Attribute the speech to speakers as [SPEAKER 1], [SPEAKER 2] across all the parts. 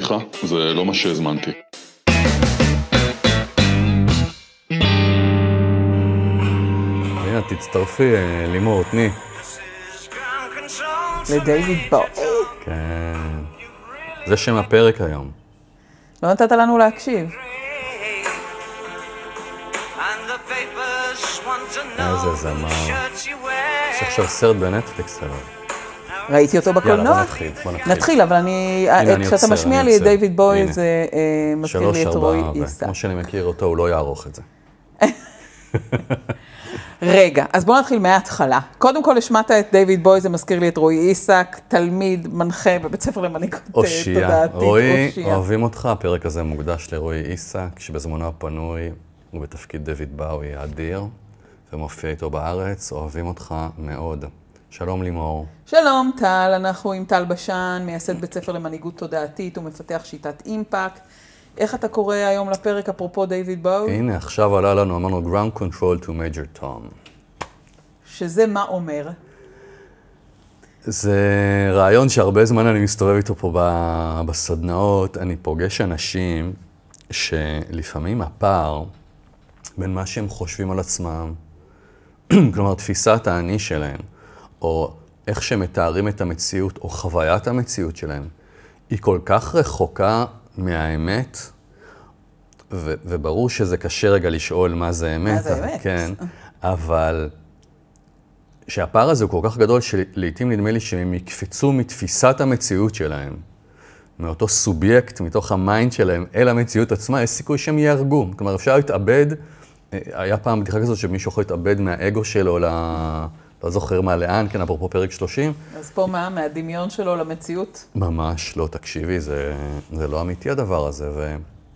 [SPEAKER 1] סליחה, זה לא מה שהזמנתי.
[SPEAKER 2] הנה, תצטרפי, לימור, תני.
[SPEAKER 3] לדייוויד בואי.
[SPEAKER 2] כן. זה שם הפרק היום.
[SPEAKER 3] לא נתת לנו להקשיב.
[SPEAKER 2] איזה זמר. יש עכשיו סרט בנטפליקס עליו.
[SPEAKER 3] ראיתי אותו בקולנוע.
[SPEAKER 2] יאללה, בוא נתחיל.
[SPEAKER 3] נתחיל, אבל
[SPEAKER 2] אני
[SPEAKER 3] כשאתה
[SPEAKER 2] עוצר,
[SPEAKER 3] משמיע
[SPEAKER 2] אני
[SPEAKER 3] לי את
[SPEAKER 2] עוצר.
[SPEAKER 3] דיוויד בואי,
[SPEAKER 2] הנה.
[SPEAKER 3] זה מזכיר לי את רועי איסק.
[SPEAKER 2] כמו שאני מכיר אותו, הוא לא יערוך את זה.
[SPEAKER 3] רגע, אז בואו נתחיל מההתחלה. קודם כל, השמעת את דיוויד בואי, זה מזכיר לי את רועי איסק, תלמיד, מנחה בבית ספר למנהיגות תודעתית.
[SPEAKER 2] רועי, אוהבים אותך, הפרק הזה מוקדש לרועי איסק, שבזמנו הפנוי הוא בתפקיד דיוויד בואי האדיר, ומופיע איתו בארץ, אוהבים אותך מאוד. שלום לימור.
[SPEAKER 3] שלום טל, אנחנו עם טל בשן, מייסד בית ספר למנהיגות תודעתית ומפתח שיטת אימפקט. איך אתה קורא היום לפרק אפרופו דיוויד בואי?
[SPEAKER 2] הנה, עכשיו עלה לנו, אמרנו Ground Control to Major Tom.
[SPEAKER 3] שזה מה אומר?
[SPEAKER 2] זה רעיון שהרבה זמן אני מסתובב איתו פה בסדנאות. אני פוגש אנשים שלפעמים הפער בין מה שהם חושבים על עצמם, כלומר תפיסת האני שלהם, או איך שהם מתארים את המציאות, או חוויית המציאות שלהם, היא כל כך רחוקה מהאמת, וברור שזה קשה רגע לשאול מה זה אמת.
[SPEAKER 3] מה זה אמת?
[SPEAKER 2] כן, אבל שהפער הזה הוא כל כך גדול, שלעיתים נדמה לי שהם יקפצו מתפיסת המציאות שלהם, מאותו סובייקט, מתוך המיינד שלהם, אל המציאות עצמה, יש סיכוי שהם יהרגו. כלומר, אפשר להתאבד, היה פעם בדיחה כזאת שמישהו יכול להתאבד מהאגו שלו, לא זוכר מה לאן, כן, אפרופו פרק 30.
[SPEAKER 3] אז פה מה? מהדמיון שלו למציאות?
[SPEAKER 2] ממש לא, תקשיבי, זה לא אמיתי הדבר הזה.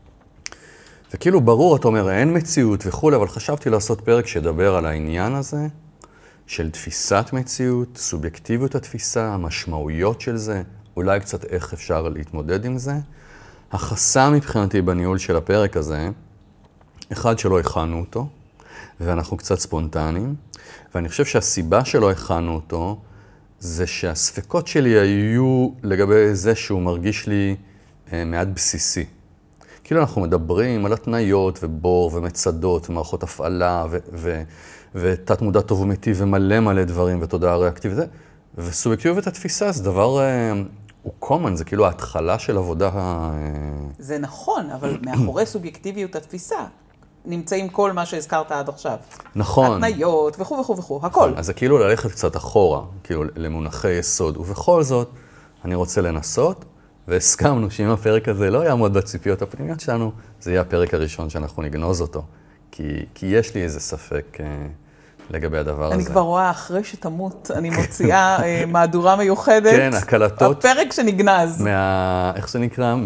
[SPEAKER 2] וכאילו ברור, אתה אומר, אין מציאות וכו', אבל חשבתי לעשות פרק שדבר על העניין הזה, של תפיסת מציאות, סובייקטיביות התפיסה, המשמעויות של זה, אולי קצת איך אפשר להתמודד עם זה. החסם מבחינתי בניהול של הפרק הזה, אחד שלא הכנו אותו, ואנחנו קצת ספונטניים, ואני חושב שהסיבה שלא הכנו אותו, זה שהספקות שלי היו לגבי זה שהוא מרגיש לי מעט בסיסי. כאילו אנחנו מדברים על התניות ובור ומצדות ומערכות הפעלה ותת מודע טוב ומיטיב ומלא מלא דברים ותודעה ריאקטיבית. וסובייקטיביות התפיסה זה דבר, הוא common, זה כאילו ההתחלה של עבודה.
[SPEAKER 3] זה נכון, אבל מאחורי סובייקטיביות התפיסה נמצאים כל מה שהזכרת עד עכשיו.
[SPEAKER 2] נכון.
[SPEAKER 3] התניות וכו' וכו' וכו', הכל.
[SPEAKER 2] אז זה כאילו ללכת קצת אחורה, כאילו למונחי יסוד. ובכל זאת, אני רוצה לנסות, והסכמנו שאם הפרק הזה לא יעמוד בציפיות הפנימיות שלנו, זה יהיה הפרק הראשון שאנחנו נגנוז אותו. כי יש לי איזה ספק לגבי הדבר הזה.
[SPEAKER 3] אני כבר רואה, אחרי שתמות, אני מוציאה מהדורה מיוחדת.
[SPEAKER 2] כן, הקלטות.
[SPEAKER 3] הפרק שנגנז.
[SPEAKER 2] איך זה נקרא?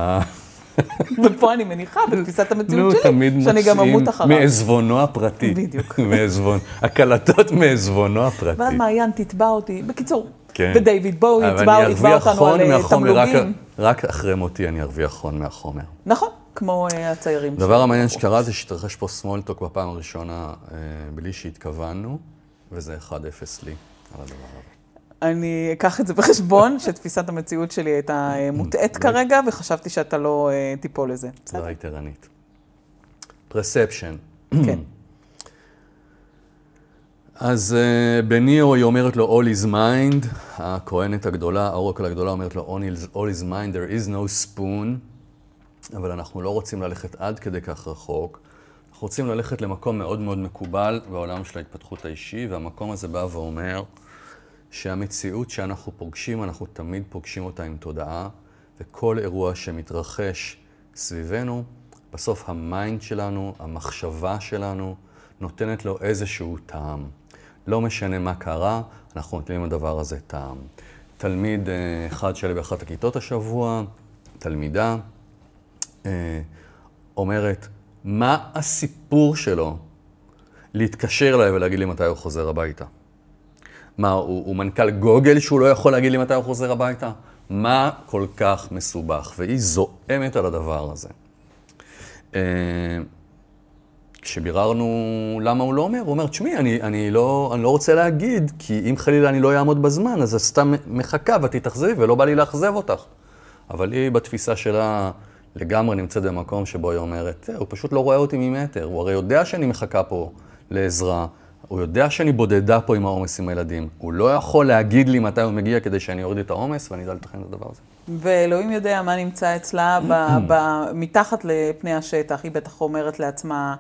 [SPEAKER 3] ופה אני מניחה, בתפיסת המציאות
[SPEAKER 2] נו,
[SPEAKER 3] שלי,
[SPEAKER 2] תמיד
[SPEAKER 3] שאני גם אמות אחריו.
[SPEAKER 2] מעזבונו הפרטי.
[SPEAKER 3] בדיוק.
[SPEAKER 2] הקלטות מעזבונו הפרטי.
[SPEAKER 3] ואז מעיין תתבע אותי. בקיצור,
[SPEAKER 2] כן.
[SPEAKER 3] ודייוויד בואי יתבע אותנו על תמלוגים.
[SPEAKER 2] רק אחרי מותי אני ארוויח הון מהחומר.
[SPEAKER 3] נכון, כמו הציירים.
[SPEAKER 2] הדבר המעניין שקרה זה שהתרחש פה סמולטוק בפעם הראשונה בלי שהתכוונו, וזה 1-0 לי על הדבר הזה.
[SPEAKER 3] אני אקח את זה בחשבון, שתפיסת המציאות שלי הייתה מוטעת כרגע, וחשבתי שאתה לא תיפול לזה.
[SPEAKER 2] זה ראית ערנית. פרספשן.
[SPEAKER 3] כן.
[SPEAKER 2] אז בניאו היא אומרת לו, all is mind, הכהנת הגדולה, האורקל הגדולה אומרת לו, all is mind, there is no spoon, אבל אנחנו לא רוצים ללכת עד כדי כך רחוק, אנחנו רוצים ללכת למקום מאוד מאוד מקובל בעולם של ההתפתחות האישי, והמקום הזה בא ואומר שהמציאות שאנחנו פוגשים, אנחנו תמיד פוגשים אותה עם תודעה, וכל אירוע שמתרחש סביבנו, בסוף המיינד שלנו, המחשבה שלנו, נותנת לו איזשהו טעם. לא משנה מה קרה, אנחנו נותנים לדבר הזה טעם. תלמיד אחד שלי באחת הכיתות השבוע, תלמידה, אומרת, מה הסיפור שלו להתקשר אליי ולהגיד לי מתי הוא חוזר הביתה? מה, הוא מנכ"ל גוגל שהוא לא יכול להגיד לי מתי הוא חוזר הביתה? מה כל כך מסובך? והיא זועמת על הדבר הזה. כשביררנו למה הוא לא אומר, הוא אומר, תשמעי, אני לא רוצה להגיד, כי אם חלילה אני לא אעמוד בזמן, אז סתם מחכה ותתאכזבי ולא בא לי לאכזב אותך. אבל היא בתפיסה שלה לגמרי נמצאת במקום שבו היא אומרת, הוא פשוט לא רואה אותי ממטר, הוא הרי יודע שאני מחכה פה לעזרה, הוא יודע שאני בודדה פה עם העומס עם הילדים, הוא לא יכול להגיד לי מתי הוא מגיע כדי שאני אוריד את העומס ואני אדע לתכן את הדבר הזה.
[SPEAKER 3] ואלוהים יודע מה נמצא אצלה מתחת לפני השטח. היא בטח אומרת לעצמה,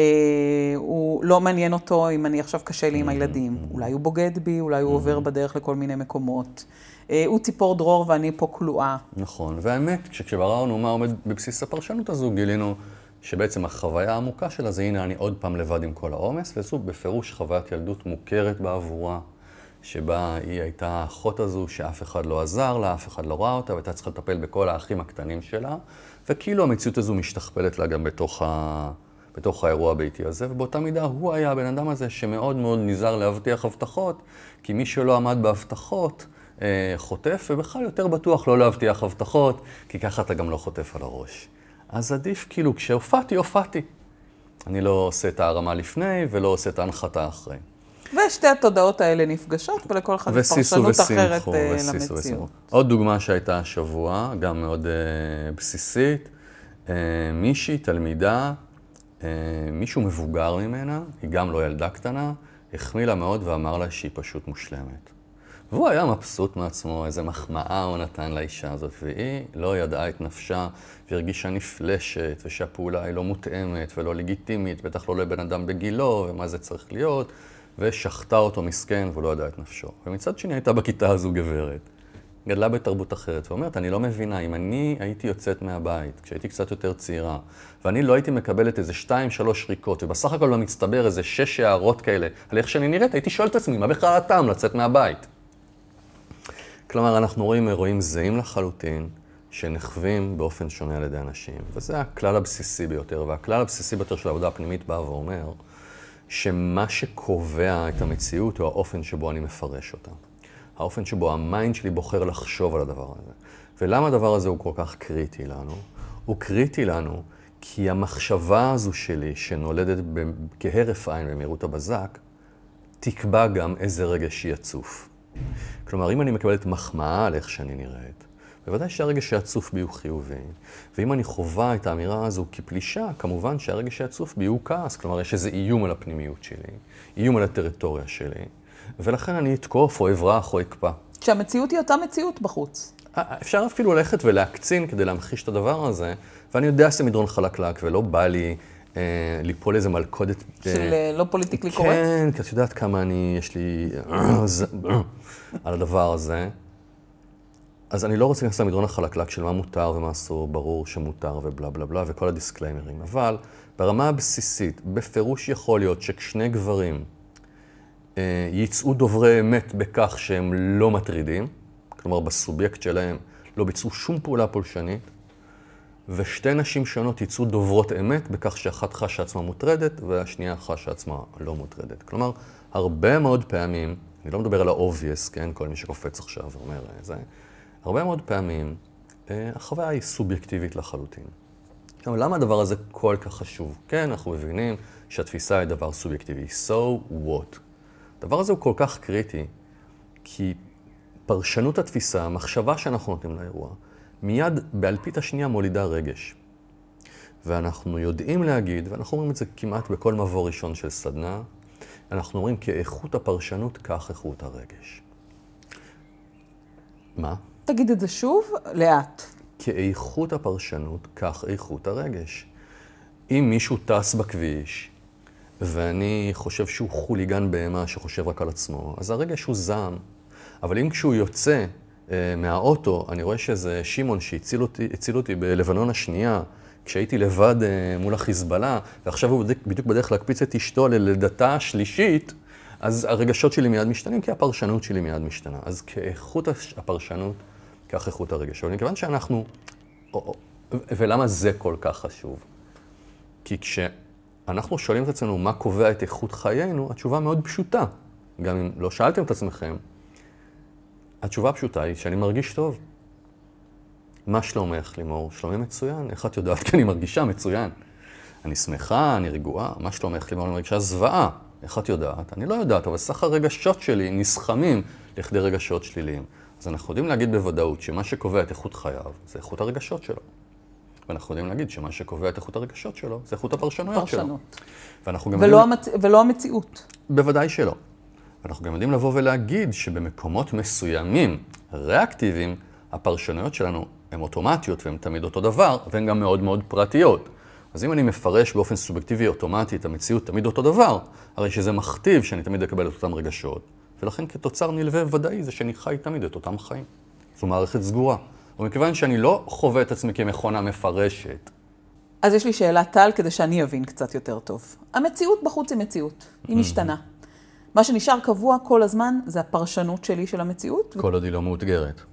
[SPEAKER 3] הוא לא מעניין אותו אם אני עכשיו קשה לי עם הילדים. אולי הוא בוגד בי, אולי הוא עובר בדרך לכל מיני מקומות. הוא ציפור דרור ואני פה כלואה.
[SPEAKER 2] נכון, והאמת, כשבררנו מה עומד בבסיס הפרשנות הזו, גילינו שבעצם החוויה העמוקה שלה זה, הנה אני עוד פעם לבד עם כל העומס, וזו בפירוש חוויית ילדות מוכרת בעבורה, שבה היא הייתה האחות הזו שאף אחד לא עזר לה, אף אחד לא ראה אותה, והייתה צריכה לטפל בכל האחים הקטנים שלה, וכאילו המציאות הזו משתכפלת לה גם בתוך האירוע הביתי הזה, ובאותה מידה הוא היה הבן אדם הזה שמאוד מאוד נזהר להבטיח הבטחות, כי מי שלא עמד בהבטחות חוטף, ובכלל יותר בטוח לא להבטיח הבטחות, כי ככה אתה גם לא חוטף על הראש. אז עדיף כאילו, כשהופעתי, הופעתי. אני לא עושה את הרמה לפני ולא עושה את ההנחתה אחרי.
[SPEAKER 3] ושתי התודעות האלה נפגשות, ולכל אחד פרשנות אחרת למציאות.
[SPEAKER 2] עוד דוגמה שהייתה השבוע, גם מאוד בסיסית, מישהי, תלמידה, מישהו מבוגר ממנה, היא גם לא ילדה קטנה, החמיא לה מאוד ואמר לה שהיא פשוט מושלמת. והוא היה מבסוט מעצמו, איזה מחמאה הוא נתן לאישה הזאת, והיא לא ידעה את נפשה, והרגישה נפלשת, ושהפעולה היא לא מותאמת ולא לגיטימית, בטח לא לבן אדם בגילו, ומה זה צריך להיות, ושחטה אותו מסכן, והוא לא ידע את נפשו. ומצד שני הייתה בכיתה הזו גברת, גדלה בתרבות אחרת, ואומרת, אני לא מבינה, אם אני הייתי יוצאת מהבית, כשהייתי קצת יותר צעירה, ואני לא הייתי מקבלת איזה 2-3 שריקות, ובסך הכל במצטבר איזה 6 הערות כאלה, על איך שאני נראית, הייתי שואל את עצמי, מה בכלל הטעם לצאת מהבית? כלומר, אנחנו רואים אירועים זהים לחלוטין, שנחווים באופן שונה על ידי אנשים. וזה הכלל הבסיסי ביותר, והכלל הבסיסי ביותר של העבודה הפנימית בא ואומר, שמה שקובע את המציאות הוא האופן שבו אני מפרש אותה. האופן שבו המיינד שלי בוחר לחשוב על הדבר הזה. ולמה הדבר הזה הוא כל כך קריטי לנו? הוא קריטי לנו כי המחשבה הזו שלי, שנולדת כהרף עין במהירות הבזק, תקבע גם איזה רגש יצוף. כלומר, אם אני מקבלת מחמאה על איך שאני נראית, בוודאי שהרגש שיצוף בי הוא חיובי. ואם אני חווה את האמירה הזו כפלישה, כמובן שהרגש שיצוף בי הוא כעס. כלומר, יש איזה איום על הפנימיות שלי, איום על הטריטוריה שלי, ולכן אני אתקוף או אברח או אקפא.
[SPEAKER 3] שהמציאות היא אותה מציאות בחוץ.
[SPEAKER 2] אפשר אפילו ללכת ולהקצין כדי להמחיש את הדבר הזה, ואני יודע שזה מדרון חלקלק ולא בא לי ליפול איזה מלכודת.
[SPEAKER 3] של לא פוליטיקלי קורקט?
[SPEAKER 2] כן, כי את יודעת כמה יש לי על הדבר הזה. אז אני לא רוצה להיכנס למדרון החלקלק של מה מותר ומה אסור, ברור שמותר ובלה בלה בלה וכל הדיסקליימרים. אבל ברמה הבסיסית, בפירוש יכול להיות שכשני גברים ייצאו דוברי אמת בכך שהם לא מטרידים, כלומר בסובייקט שלהם לא ביצעו שום פעולה פולשנית, ושתי נשים שונות ייצאו דוברות אמת בכך שאחת חשה עצמה מוטרדת והשנייה חשה עצמה לא מוטרדת. כלומר, הרבה מאוד פעמים, אני לא מדבר על ה-obvious, כן? כל מי שקופץ עכשיו ואומר זה, הרבה מאוד פעמים החוויה היא סובייקטיבית לחלוטין. אבל למה הדבר הזה כל כך חשוב? כן, אנחנו מבינים שהתפיסה היא דבר סובייקטיבי. So what? הדבר הזה הוא כל כך קריטי, כי פרשנות התפיסה, המחשבה שאנחנו נותנים לאירוע, מיד באלפית השנייה מולידה רגש. ואנחנו יודעים להגיד, ואנחנו אומרים את זה כמעט בכל מבוא ראשון של סדנה, אנחנו אומרים כאיכות הפרשנות, כך איכות הרגש. מה?
[SPEAKER 3] תגיד את זה שוב, לאט.
[SPEAKER 2] כאיכות הפרשנות, כך איכות הרגש. אם מישהו טס בכביש, ואני חושב שהוא חוליגן בהמה שחושב רק על עצמו, אז הרגש הוא זעם. אבל אם כשהוא יוצא מהאוטו, אני רואה שזה שמעון שהציל אותי בלבנון השנייה, כשהייתי לבד מול החיזבאללה, ועכשיו הוא בדיוק בדרך להקפיץ את אשתו ללידתה השלישית, אז הרגשות שלי מיד משתנים, כי הפרשנות שלי מיד משתנה. אז כאיכות הפרשנות, כך איכות הרגש. אבל מכיוון שאנחנו, ולמה זה כל כך חשוב? כי כשאנחנו שואלים את עצמנו מה קובע את איכות חיינו, התשובה מאוד פשוטה. גם אם לא שאלתם את עצמכם, התשובה הפשוטה היא שאני מרגיש טוב. מה שלומך, לימור? שלומי מצוין. איך את יודעת? כי אני מרגישה מצוין. אני שמחה, אני רגועה. מה שלומך, לימור? אני מרגישה זוועה. איך את יודעת? אני לא יודעת, אבל סך הרגשות שלי נסכמים לכדי רגשות שליליים. אז אנחנו יודעים להגיד בוודאות שמה שקובע את איכות חייו זה איכות הרגשות שלו. ואנחנו יודעים להגיד שמה שקובע את איכות הרגשות שלו זה איכות הפרשנויות שלו.
[SPEAKER 3] ולא המציאות.
[SPEAKER 2] בוודאי שלא. ואנחנו גם יודעים לבוא ולהגיד שבמקומות מסוימים, ריאקטיביים, הפרשנויות שלנו הן אוטומטיות והן תמיד אותו דבר, והן גם מאוד מאוד פרטיות. אז אם אני מפרש באופן סובייקטיבי אוטומטי את המציאות תמיד אותו דבר, הרי שזה מכתיב שאני תמיד אקבל את אותם רגשות, ולכן כתוצר נלווה ודאי זה שאני חי תמיד את אותם חיים. זו מערכת סגורה. ומכיוון שאני לא חווה את עצמי כמכונה מפרשת.
[SPEAKER 3] אז יש לי שאלה טל כדי שאני אבין קצת יותר טוב. המציאות בחוץ היא מציאות, היא משתנה. מה שנשאר קבוע כל הזמן זה הפרשנות שלי של המציאות.
[SPEAKER 2] כל עוד היא לא מאותגרת.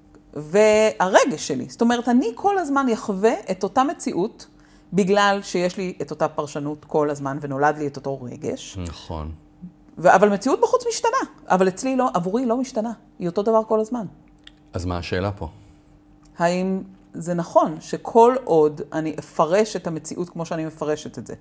[SPEAKER 3] והרגש שלי. זאת אומרת, אני כל הזמן יחווה את אותה מציאות, בגלל שיש לי את אותה פרשנות כל הזמן, ונולד לי את אותו רגש.
[SPEAKER 2] נכון.
[SPEAKER 3] אבל מציאות בחוץ משתנה. אבל אצלי לא, עבורי לא משתנה. היא אותו דבר כל הזמן.
[SPEAKER 2] אז מה השאלה פה?
[SPEAKER 3] האם זה נכון שכל עוד אני אפרש את המציאות כמו שאני מפרשת את זה,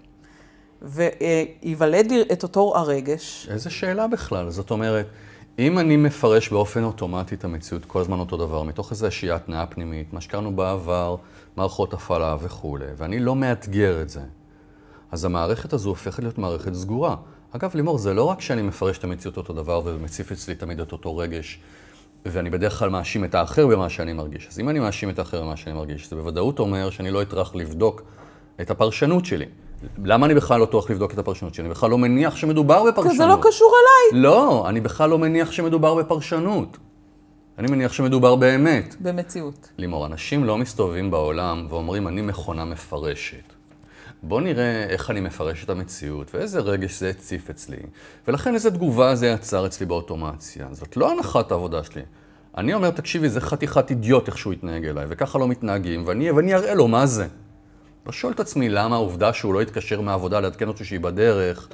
[SPEAKER 3] ויוולד לי את אותו הרגש...
[SPEAKER 2] איזה שאלה בכלל? זאת אומרת, אם אני מפרש באופן אוטומטי את המציאות כל הזמן אותו דבר, מתוך איזושהי התנאה פנימית, מה שקראנו בעבר, מערכות הפעלה וכו', ואני לא מאתגר את זה, אז המערכת הזו הופכת להיות מערכת סגורה. אגב, לימור, זה לא רק שאני מפרש את המציאות אותו דבר ומציף אצלי תמיד את אותו רגש, ואני בדרך כלל מאשים את האחר במה שאני מרגיש. אז אם אני מאשים את האחר במה שאני מרגיש, זה בוודאות אומר שאני לא אטרח לבדוק את הפרשנות שלי. למה אני בכלל לא טורח לבדוק את הפרשנות שלי? אני בכלל לא מניח שמדובר בפרשנות.
[SPEAKER 3] כי זה לא קשור אליי.
[SPEAKER 2] לא, אני בכלל לא מניח שמדובר בפרשנות. אני מניח שמדובר באמת.
[SPEAKER 3] במציאות.
[SPEAKER 2] לימור, אנשים לא מסתובבים בעולם ואומרים, אני מכונה מפרשת. בוא נראה איך אני מפרש את המציאות, ואיזה רגש זה הציף אצלי, ולכן איזה תגובה זה יצר אצלי באוטומציה. זאת לא הנחת העבודה שלי. אני אומר, תקשיבי, זה חתיכת אידיוט איך שהוא יתנהג אליי, וככה לא מתנהגים, ואני אראה לו מה זה. לא שואל את עצמי למה העובדה שהוא לא יתקשר מהעבודה לעדכן אותי שהיא בדרך,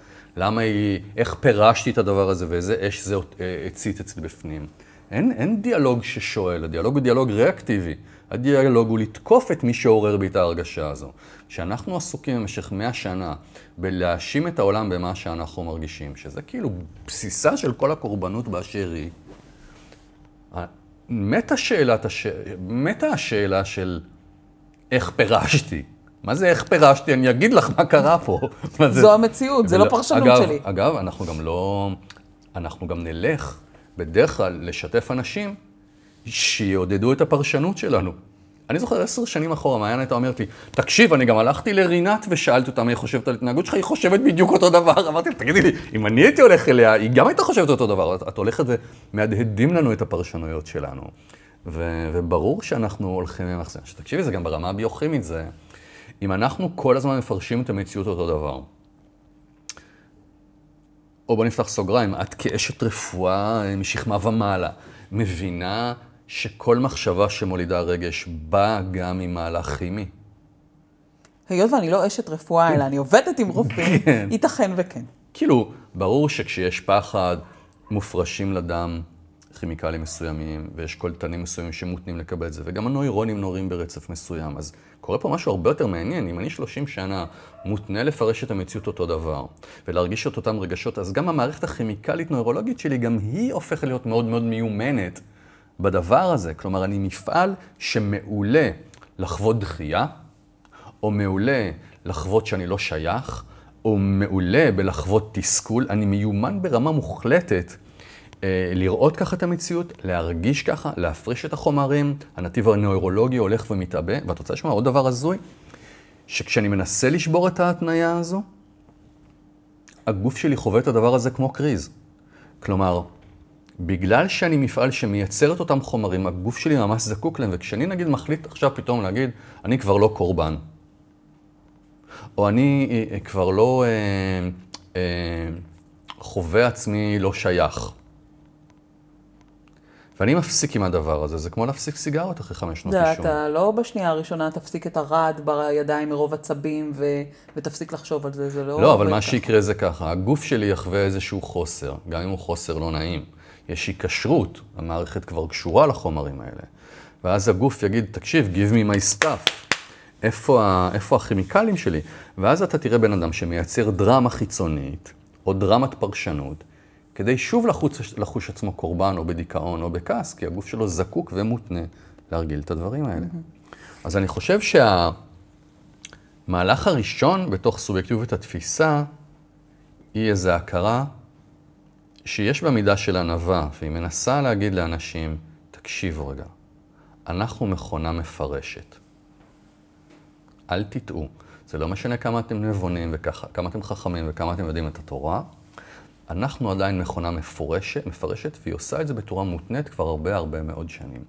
[SPEAKER 2] איך פירשתי את הדבר הזה, ואיזה אש זה הצית אצלי בפנים. אין דיאלוג ששואל, הדיאלוג הוא דיאלוג ריאקטיבי. הדיאלוג הוא לתקוף את מי שעורר בי את ההרגשה הזו. כשאנחנו עסוקים במשך 100 שנה בלהאשים את העולם במה שאנחנו מרגישים, שזה כאילו בסיסה של כל הקורבנות באשר היא, מתה השאלה של איך פירשתי. מה זה איך פירשתי? אני אגיד לך מה קרה פה.
[SPEAKER 3] זו המציאות, זה לא פרשנות שלי.
[SPEAKER 2] אגב, אנחנו גם נלך בדרך כלל לשתף אנשים שיעודדו את הפרשנות שלנו. אני זוכר 10 שנים אחורה, מעיין הייתה אומרת לי, תקשיב, אני גם הלכתי לרינת ושאלתי אותה מה היא חושבת על התנהגות שלך, היא חושבת בדיוק אותו דבר. אמרתי לה, תגידי לי, אם אני הייתי הולך אליה, היא גם הייתה חושבת אותו דבר. את הולכת ומהדהדים לנו את הפרשנויות שלנו. וברור שאנחנו הולכים למחסן. שתקשיבי, זה גם ברמה הביוכימית, זה, אם אנחנו כל הזמן מפרשים את המציאות אותו דבר, או בוא נפתח סוגריים, את כאשת רפואה משכמה ומעלה, מבינה שכל מחשבה שמולידה רגש באה גם עם מהלך כימי.
[SPEAKER 3] היות ואני לא אשת רפואה, אלא אני עובדת עם רופאים, ייתכן וכן.
[SPEAKER 2] כאילו, ברור שכשיש פחד, מופרשים לדם כימיקלים מסוימים, ויש קולטנים מסוימים שמותנים לקבל את זה, וגם הנוירונים נורים ברצף מסוים. אז קורה פה משהו הרבה יותר מעניין. אם אני 30 שנה מותנה לפרש את המציאות אותו דבר, ולהרגיש את אותם רגשות, אז גם המערכת הכימיקלית נוירולוגית שלי, גם היא הופכת להיות מאוד מאוד מיומנת בדבר הזה. כלומר, אני מפעל שמעולה לחוות דחייה, או מעולה לחוות שאני לא שייך, או מעולה בלחוות תסכול. אני מיומן ברמה מוחלטת לראות ככה את המציאות, להרגיש ככה, להפריש את החומרים, הנתיב הנוירולוגי הולך ומתעבה, ואת רוצה לשמוע עוד דבר הזוי, שכשאני מנסה לשבור את ההתניה הזו, הגוף שלי חווה את הדבר הזה כמו קריז. כלומר, בגלל שאני מפעל שמייצר את אותם חומרים, הגוף שלי ממש זקוק להם, וכשאני נגיד מחליט עכשיו פתאום להגיד, אני כבר לא קורבן, או אני כבר לא חווה עצמי לא שייך, ואני מפסיק עם הדבר הזה, זה כמו להפסיק סיגרות אחרי 5 שנות עישון.
[SPEAKER 3] אתה לא בשנייה הראשונה תפסיק את הרעד בידיים מרוב עצבים ותפסיק לחשוב על זה, זה לא...
[SPEAKER 2] לא, אבל מה שיקרה זה ככה, הגוף שלי יחווה איזשהו חוסר, גם אם הוא חוסר לא נעים. יש היקשרות, המערכת כבר קשורה לחומרים האלה. ואז הגוף יגיד, תקשיב, give me my stuff. איפה הכימיקלים שלי? ואז אתה תראה בן אדם שמייצר דרמה חיצונית, או דרמת פרשנות, כדי שוב לחוש עצמו קורבן או בדיכאון או בכעס, כי הגוף שלו זקוק ומותנה להרגיל את הדברים האלה. אז אני חושב שהמהלך הראשון בתוך סובייקטיביות התפיסה, היא איזו הכרה שיש בה מידה של ענווה, והיא מנסה להגיד לאנשים, תקשיבו רגע, אנחנו מכונה מפרשת. אל תטעו. זה לא משנה כמה אתם נבונים וכמה אתם חכמים וכמה אתם יודעים את התורה. אנחנו עדיין מכונה מפרשת, והיא עושה את זה בצורה מותנית כבר הרבה מאוד שנים.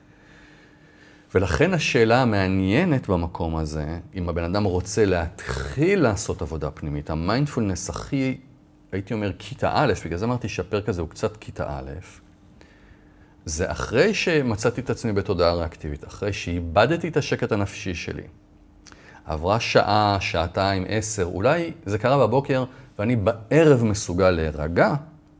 [SPEAKER 2] ולכן השאלה המעניינת במקום הזה, אם הבן אדם רוצה להתחיל לעשות עבודה פנימית, המיינדפולנס הכי, הייתי אומר, כיתה א', בגלל זה אמרתי שהפרק הזה הוא קצת כיתה א', זה אחרי שמצאתי את עצמי בתודעה ריאקטיבית, אחרי שאיבדתי את השקט הנפשי שלי, עברה שעה, שעתיים, 10, אולי זה קרה בבוקר ואני בערב מסוגל להירגע,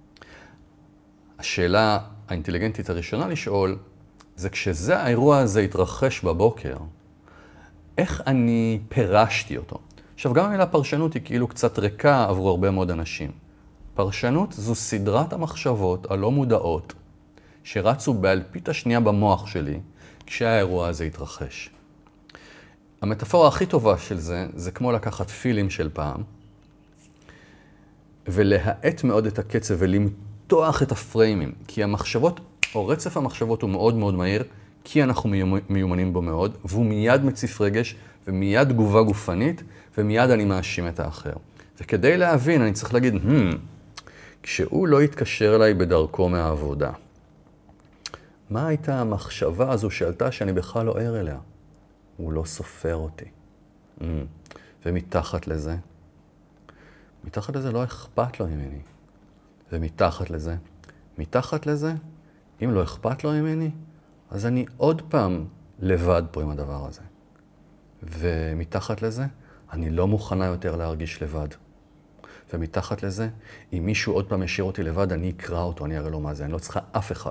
[SPEAKER 2] השאלה האינטליגנטית הראשונה לשאול, זה כשזה האירוע הזה התרחש בבוקר, איך אני פירשתי אותו? עכשיו, גם המילה פרשנות היא כאילו קצת ריקה עבור הרבה מאוד אנשים. פרשנות זו סדרת המחשבות הלא מודעות שרצו באלפית השנייה במוח שלי כשהאירוע הזה התרחש. המטאפורה הכי טובה של זה כמו לקחת פילים של פעם ולהאט מאוד את הקצב ולמתוח את הפריימים, כי המחשבות או רצף המחשבות הוא מאוד מהיר, כי אנחנו מיומנים בו מאוד, והוא מיד מציף רגש, ומיד תגובה גופנית, ומיד אני מאשים את האחר. וכדי להבין, אני צריך להגיד, כשהוא לא יתקשר אליי בדרכו מהעבודה, מה הייתה המחשבה הזו שעלתה שאני בכלל לא ער אליה? הוא לא סופר אותי. ומתחת לזה לא אכפת לו ממני. ומתחת לזה, אם לא אכפת לו ממני, אז אני עוד פעם לבד פה עם הדבר הזה. ומתחת לזה, אני לא מוכנה יותר להרגיש לבד. ומתחת לזה, אם מישהו עוד פעם ישאיר אותי לבד, אני אקרא אותו, אני אראה לו מה זה, אני לא צריכה אף אחד.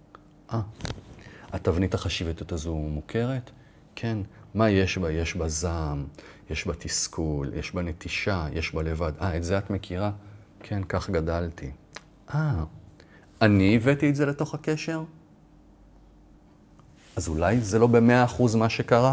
[SPEAKER 2] התבנית החשיבתית הזו מוכרת? כן. מה יש בה? יש בה זעם, יש בה תסכול, יש בה נטישה, יש בה לבד. את זה את מכירה? כן, כך גדלתי. אני הבאתי את זה לתוך הקשר? אז אולי זה לא ב100% מה שקרה?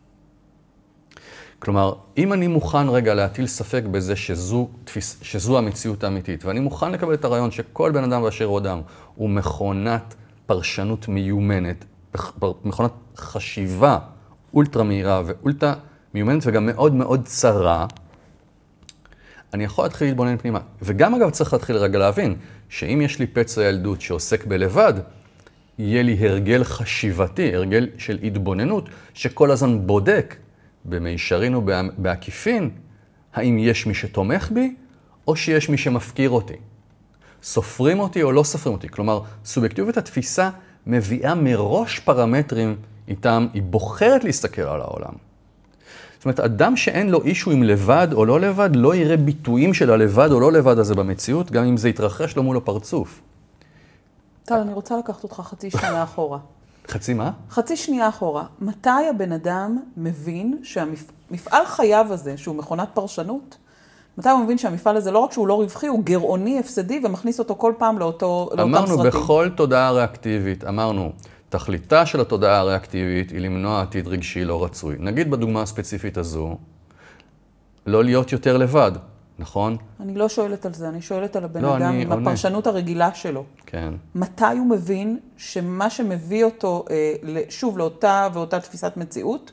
[SPEAKER 2] כלומר, אם אני מוכן רגע להטיל ספק בזה שזו המציאות האמיתית, ואני מוכן לקבל את הרעיון שכל בן אדם באשר הוא אדם הוא מכונת פרשנות מיומנת, מכונת חשיבה אולטרה מהירה ואולטרה מיומנת וגם מאוד צרה, אני יכול להתחיל להתבונן פנימה. וגם אגב צריך להתחיל רגע להבין שאם יש לי פצע ילדות שעוסק בלבד, יהיה לי הרגל חשיבתי, הרגל של התבוננות, שכל הזמן בודק במישרין או בעקיפין, האם יש מי שתומך בי, או שיש מי שמפקיר אותי. סופרים אותי או לא סופרים אותי. כלומר, סובייקטיביות התפיסה מביאה מראש פרמטרים איתם, היא בוחרת להסתכל על העולם. זאת אומרת, אדם שאין לו אישו עם לבד או לא לבד, לא יראה ביטויים של הלבד או לא לבד הזה במציאות, גם אם זה יתרחש לו מול הפרצוף.
[SPEAKER 3] טל, אני רוצה לקחת אותך חצי שנייה אחורה.
[SPEAKER 2] חצי מה?
[SPEAKER 3] חצי שנייה אחורה. מתי הבן אדם מבין שהמפעל חייו הזה, שהוא מכונת פרשנות, מתי הוא מבין שהמפעל הזה לא רק שהוא לא רווחי, הוא גרעוני, הפסדי, ומכניס אותו כל פעם לאותם סרטים?
[SPEAKER 2] אמרנו, בכל תודעה ריאקטיבית, אמרנו, תכליתה של התודעה הריאקטיבית היא למנוע עתיד רגשי לא רצוי. נגיד בדוגמה הספציפית הזו, לא להיות יותר לבד, נכון? אני
[SPEAKER 3] לא שואלת על זה, אני שואלת על הבן אדם עם הפרשנות הרגילה שלו.
[SPEAKER 2] כן.
[SPEAKER 3] מתי הוא מבין שמה שמביא אותו, שוב, לאותה ואותה תפיסת מציאות,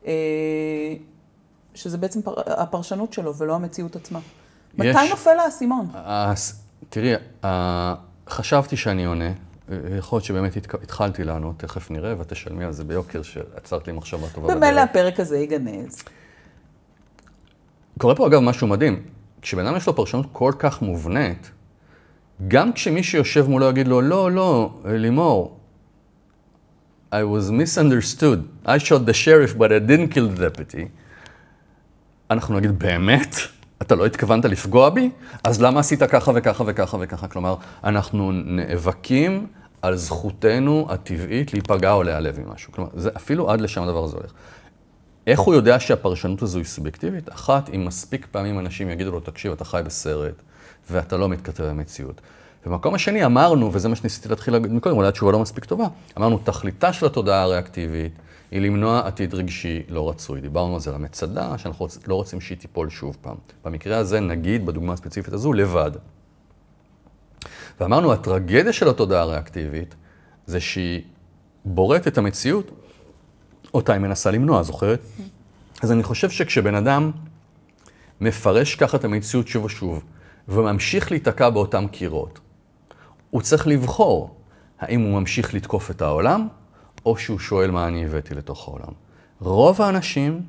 [SPEAKER 3] שזה בעצם הפרשנות שלו ולא המציאות עצמה. מתי נופל האסימון?
[SPEAKER 2] תראי, חשבתי שאני עונה, יכול להיות שבאמת התחלתי לענות, תכף נראה, ותשלמי על זה ביוקר שעצרת לי מחשבה טובה בדרך.
[SPEAKER 3] במילא הפרק הזה ייגנז.
[SPEAKER 2] קורה פה אגב משהו מדהים, כשבן אדם יש לו פרשנות כל כך מובנית, גם כשמי שיושב מולו יגיד לו, לא, לימור, I was misunderstood. I shot the sheriff, but I didn't kill the deputy. אנחנו נגיד, באמת? אתה לא התכוונת לפגוע בי? אז למה עשית ככה וככה וככה וככה? כלומר, אנחנו נאבקים על זכותנו הטבעית להיפגע או להיעלב ממשהו. כלומר, זה אפילו עד לשם הדבר הזה הולך. איך הוא יודע שהפרשנות הזו היא סובייקטיבית? אחת, אם מספיק פעמים אנשים יגידו לו, תקשיב, אתה חי בסרט, ואתה לא מתכתב במציאות. במקום השני אמרנו, וזה מה שניסיתי להתחיל להגיד מקודם, אולי התשובה לא מספיק טובה, אמרנו, תכליתה של התודעה הריאקטיבית היא למנוע עתיד רגשי לא רצוי. דיברנו על זה למצדה, שאנחנו לא רוצים שהיא תיפול שוב פעם. במקרה הזה, נגיד, בדוגמה הספציפית הזו, לבד. ואמרנו, הטרגדיה של התודעה הריאקטיבית זה שהיא בוראת את המציאות, אותה היא מנסה למנוע, זוכרת? אז אני חושב שכשבן אדם מפרש ככה את המציאות שוב ושוב, וממשיך להתעקע באותם קירות, הוא צריך לבחור האם הוא ממשיך לתקוף את העולם, או שהוא שואל מה אני הבאתי לתוך העולם. רוב האנשים,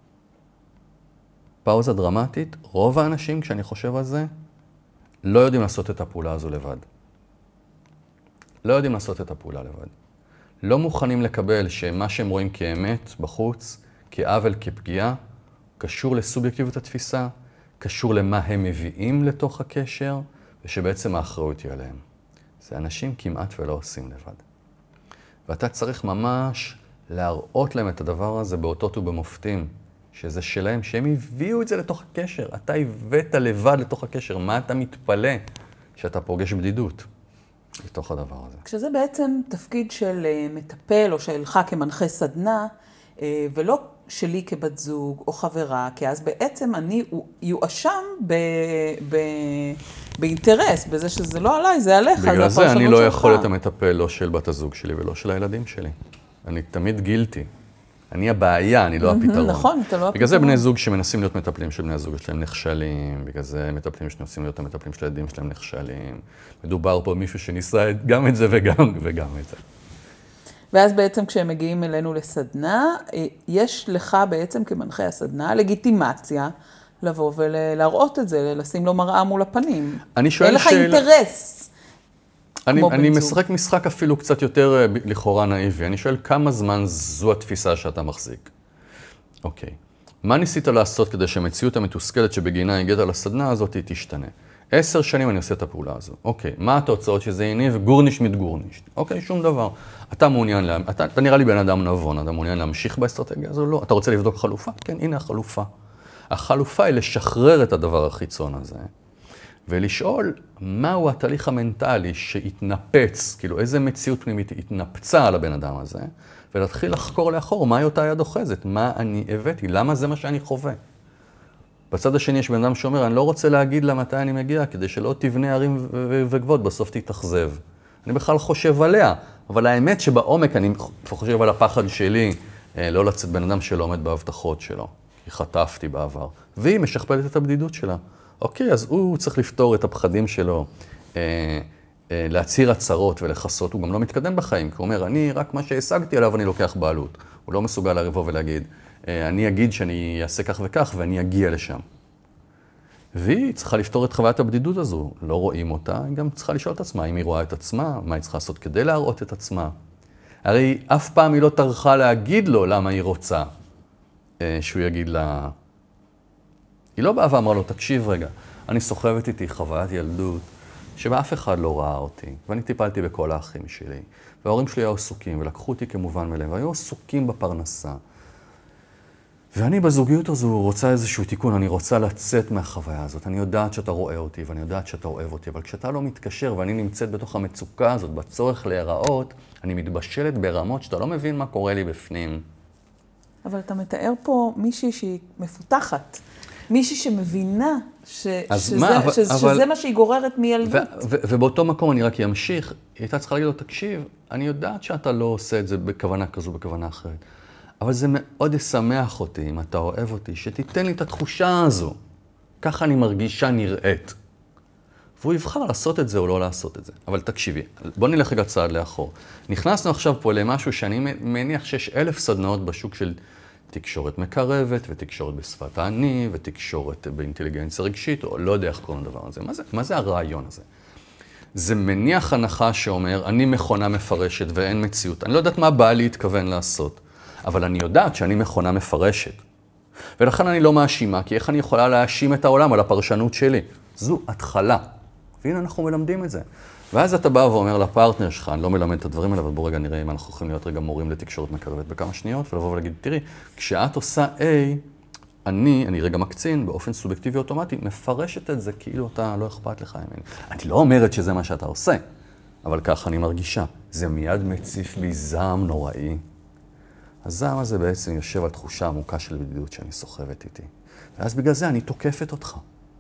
[SPEAKER 2] פאוזה דרמטית, רוב האנשים, כשאני חושב על זה, לא יודעים לעשות את הפעולה הזו לבד. לא יודעים לעשות את הפעולה לבד. לא מוכנים לקבל שמה שהם רואים כאמת בחוץ, כעוול, כפגיעה, קשור לסובייקטיביות התפיסה, קשור למה הם מביאים לתוך הקשר, ושבעצם האחריות היא עליהם. זה אנשים כמעט ולא עושים לבד. ואתה צריך ממש להראות להם את הדבר הזה באותות ובמופתים, שזה שלהם, שהם הביאו את זה לתוך הקשר. אתה הבאת לבד לתוך הקשר. מה אתה מתפלא שאתה פוגש בדידות לתוך הדבר הזה?
[SPEAKER 3] כשזה בעצם תפקיד של מטפל או שלך כמנחה סדנה, ולא שלי כבת זוג או חברה, כי אז בעצם אני יואשם באינטרס, בזה שזה לא עליי, זה עליך.
[SPEAKER 2] בגלל זה אני לא יכול להיות המטפל לא של בת הזוג שלי ולא של הילדים שלי. אני תמיד גילתי. אני הבעיה, אני לא הפתרון.
[SPEAKER 3] נכון, אתה לא הפתרון.
[SPEAKER 2] בגלל זה בני זוג שמנסים להיות מטפלים של בני הזוג שלהם נכשלים, בגלל זה מטפלים שמנסים להיות המטפלים של הילדים שלהם נכשלים. מדובר פה מישהו שניסה גם את זה וגם את זה.
[SPEAKER 3] ואז בעצם כשהם מגיעים אלינו לסדנה, יש לך בעצם כמנחה הסדנה לגיטימציה לבוא ולהראות את זה, לשים לו מראה מול הפנים. אין לך אינטרס.
[SPEAKER 2] אני משחק משחק אפילו קצת יותר לכאורה נאיבי. אני שואל כמה זמן זו התפיסה שאתה מחזיק. אוקיי. מה ניסית לעשות כדי שהמציאות המתוסכלת שבגינה הגעת לסדנה הזאת תשתנה? 10 שנים אני עושה את הפעולה הזו. אוקיי, מה התוצאות שזה יניב? גורניש מתגורניש. אוקיי, שום דבר. אתה מעוניין, אתה נראה לי בן אדם נבון, אתה מעוניין להמשיך באסטרטגיה הזו? לא. אתה רוצה לבדוק חלופה? כן, הנה החלופה. החלופה היא לשחרר את הדבר החיצון הזה, ולשאול מהו התהליך המנטלי שהתנפץ, כאילו איזה מציאות פנימית התנפצה על הבן אדם הזה, ולהתחיל לחקור לאחור מהי אותה יד אוחזת, מה אני הבאתי, למה זה מה שאני חווה. בצד השני יש בן אדם שאומר, אני לא רוצה להגיד לה מתי אני מגיע, כדי שלא תבנה ערים וגבות, בסוף תתאכזב. אני בכלל חושב עליה, אבל האמת שבעומק אני חושב על הפחד שלי, לא לצאת בן אדם שלא עומד בהבטחות שלו, כי חטפתי בעבר, והיא משכפלת את הבדידות שלה. אוקיי, אז הוא צריך לפתור את הפחדים שלו, להצהיר הצהרות ולחסות, הוא גם לא מתקדם בחיים, כי הוא אומר, אני רק מה שהשגתי עליו אני לוקח בעלות. הוא לא מסוגל לבוא ולהגיד, אני אגיד שאני אעשה כך וכך ואני אגיע לשם. והיא צריכה לפתור את חוויית הבדידות הזו, לא רואים אותה, היא גם צריכה לשאול את עצמה, אם היא רואה את עצמה, מה היא צריכה לעשות כדי להראות את עצמה. הרי אף פעם היא לא טרחה להגיד לו למה היא רוצה שהוא יגיד לה, היא לא באה ואמרה לו, תקשיב רגע, אני סוחבת איתי חוויית ילדות, שבה אף אחד לא ראה אותי, ואני טיפלתי בכל האחים שלי, וההורים שלי היו עסוקים, ולקחו אותי כמובן מאליהם, והיו עסוקים בפרנסה. ואני בזוגיות הזו רוצה איזשהו תיקון, אני רוצה לצאת מהחוויה הזאת, אני יודעת שאתה רואה אותי, ואני יודעת שאתה אוהב אותי, אבל כשאתה לא מתקשר, ואני נמצאת בתוך המצוקה הזאת, בצורך להיראות, אני מתבשלת ברמות שאתה לא מבין מה קורה לי בפנים.
[SPEAKER 3] אבל אתה מתאר פה מישהי שהיא מפותחת. מישהי שמבינה שזה מה שהיא גוררת מילדות.
[SPEAKER 2] ובאותו מקום אני רק אמשיך, היא הייתה צריכה להגיד לו, תקשיב, אני יודעת שאתה לא עושה את זה בכוונה כזו, בכוונה אחרת, אבל זה מאוד ישמח אותי, אם אתה אוהב אותי, שתיתן לי את התחושה הזו. ככה אני מרגישה נראית. והוא יבחר לעשות את זה או לא לעשות את זה. אבל תקשיבי, בוא נלך רגע צעד לאחור. נכנסנו עכשיו פה למשהו שאני מניח שיש 1,000 סדנאות בשוק של תקשורת מקרבת, ותקשורת בשפת העני, ותקשורת באינטליגנציה רגשית, או לא יודע איך קוראים לדבר הזה. מה זה הרעיון הזה? זה מניח הנחה שאומר, אני מכונה מפרשת ואין מציאות. אני לא יודעת מה בא לי להתכוון לעשות, אבל אני יודעת שאני מכונה מפרשת. ולכן אני לא מאשימה, כי איך אני יכולה להאשים את העולם על הפרשנות שלי? זו התחלה. והנה אנחנו מלמדים את זה. ואז אתה בא ואומר לפרטנר שלך, אני לא מלמד את הדברים האלה, אבל בוא רגע נראה אם אנחנו יכולים להיות רגע מורים לתקשורת מקרבת בכמה שניות, ולבוא ולהגיד, תראי, כשאת עושה A, אני רגע מקצין, באופן סובייקטיבי אוטומטי, מפרשת את זה כאילו אתה לא אכפת לך ממני. אני לא אומרת שזה מה שאתה עושה, אבל ככה אני מרגישה. זה מיד מציף בי זעם נוראי. הזעם הזה בעצם יושב על תחושה עמוקה של בדידות שאני סוחבת איתי. ואז בגלל זה אני תוקפת אותך.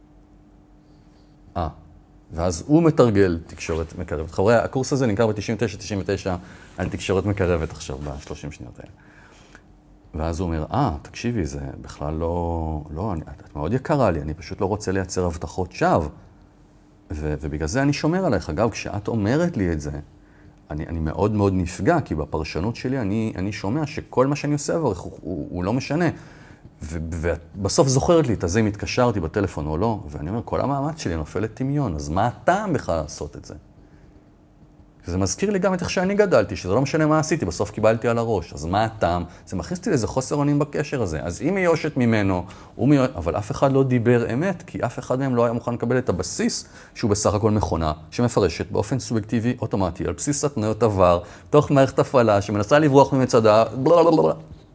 [SPEAKER 2] ואז הוא מתרגל תקשורת מקרבת. חברי, הקורס הזה נמכר ב-99 על תקשורת מקרבת עכשיו, ב-30 שניות האלה. ואז הוא אומר, תקשיבי, זה בכלל לא, את מאוד יקרה לי, אני פשוט לא רוצה לייצר הבטחות שווא. ובגלל זה אני שומר עליך. אגב, כשאת אומרת לי את זה, אני מאוד מאוד נפגע, כי בפרשנות שלי אני שומע שכל מה שאני עושה עבורך הוא לא משנה. ובסוף זוכרת לי, אז אם התקשרתי בטלפון או לא, ואני אומר, כל המאמץ שלי נופל לטמיון, אז מה הטעם בכלל לעשות את זה? זה מזכיר לי גם את איך שאני גדלתי, שזה לא משנה מה עשיתי, בסוף קיבלתי על הראש. אז מה הטעם? זה מכניס אותי לאיזה חוסר אונים בקשר הזה. אז היא מיושת ממנו, אבל אף אחד לא דיבר אמת, כי אף אחד מהם לא היה מוכן לקבל את הבסיס, שהוא בסך הכל מכונה, שמפרשת באופן סובייקטיבי אוטומטי, על בסיס התניות עבר, תוך מערכת הפעלה, שמנסה לברוח ממצדה, בלה.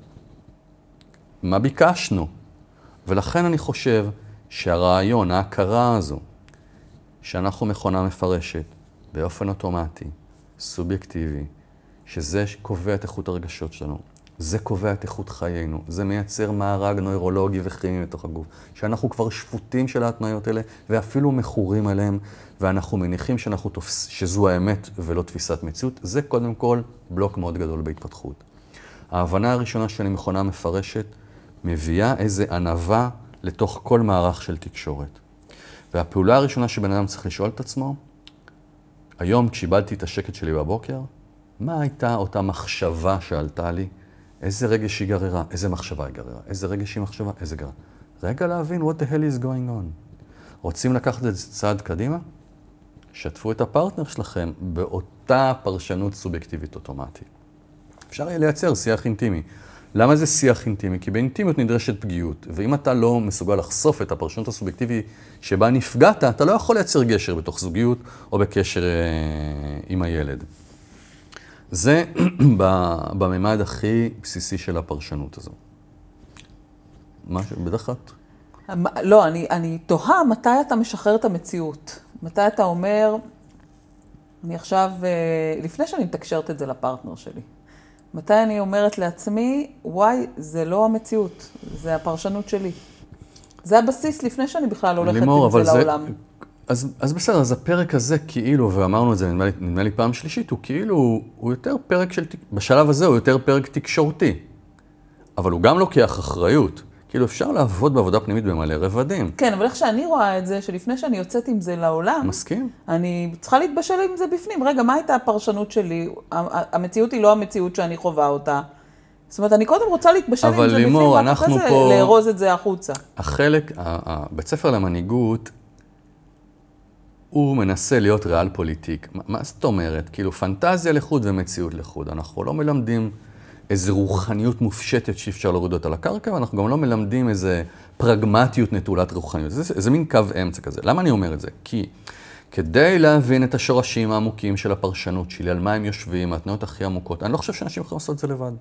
[SPEAKER 2] מה ביקשנו? ולכן אני חושב שהרעיון, ההכרה הזו, שאנחנו מכונה מפרשת, באופן אוטומטי, סובייקטיבי, שזה קובע את איכות הרגשות שלנו, זה קובע את איכות חיינו, זה מייצר מארג נוירולוגי וכימי בתוך הגוף, שאנחנו כבר שפוטים של ההתניות האלה, ואפילו מכורים עליהם, ואנחנו מניחים שזו האמת ולא תפיסת מציאות, זה קודם כל בלוק מאוד גדול בהתפתחות. ההבנה הראשונה שאני מכונה מפרשת, מביאה איזה ענווה לתוך כל מערך של תקשורת. והפעולה הראשונה שבן אדם צריך לשאול את עצמו, היום כשאיבדתי את השקט שלי בבוקר, מה הייתה אותה מחשבה שעלתה לי? איזה רגש היא גררה? איזה מחשבה היא גררה? איזה רגש היא מחשבה? איזה גררה? רגע להבין what the hell is going on. רוצים לקחת את זה צעד קדימה? שתפו את הפרטנר שלכם באותה פרשנות סובייקטיבית אוטומטית. אפשר יהיה לייצר שיח אינטימי. למה זה שיח אינטימי? כי באינטימיות נדרשת פגיעות, ואם אתה לא מסוגל לחשוף את הפרשנות הסובייקטיבית שבה נפגעת, אתה לא יכול לייצר גשר בתוך זוגיות או בקשר עם הילד. זה בממד הכי בסיסי של הפרשנות הזו. בדרך כלל?
[SPEAKER 3] לא, אני תוהה מתי אתה משחרר את המציאות. מתי אתה אומר, אני עכשיו, לפני שאני מתקשרת את זה לפרטנר שלי. מתי אני אומרת לעצמי, וואי, זה לא המציאות, זה הפרשנות שלי. זה הבסיס לפני שאני בכלל הולכת עם זה לעולם.
[SPEAKER 2] אז בסדר, אז הפרק הזה כאילו, ואמרנו את זה, נדמה לי פעם שלישית, הוא כאילו, הוא יותר פרק בשלב הזה הוא יותר פרק תקשורתי. אבל הוא גם לוקח אחריות. כאילו אפשר לעבוד בעבודה פנימית במלא רבדים.
[SPEAKER 3] כן, אבל איך שאני רואה את זה, שלפני שאני יוצאת עם זה לעולם,
[SPEAKER 2] מסכים?
[SPEAKER 3] אני צריכה להתבשל עם זה בפנים. רגע, מה הייתה הפרשנות שלי? המציאות היא לא המציאות שאני חווה אותה. זאת אומרת, אני קודם רוצה להתבשל עם זה בפנים,
[SPEAKER 2] לימור,
[SPEAKER 3] רק אחרי זה לארוז את זה החוצה.
[SPEAKER 2] בית ספר למנהיגות, הוא מנסה להיות ריאל פוליטיק. מה זאת אומרת? כאילו פנטזיה לחוד ומציאות לחוד. אנחנו לא מלמדים איזו רוחניות מופשטת שאפשר להוריד אותה לקרקע, ואנחנו גם לא מלמדים איזו פרגמטיות נטולת רוחניות. זה מין קו אמצע כזה. למה אני אומר את זה? כי כדי להבין את השורשים העמוקים של הפרשנות שלי, על מה הם יושבים, ההתניות הכי עמוקות, אני לא חושב שאנשים יכולים לעשות את זה לבד.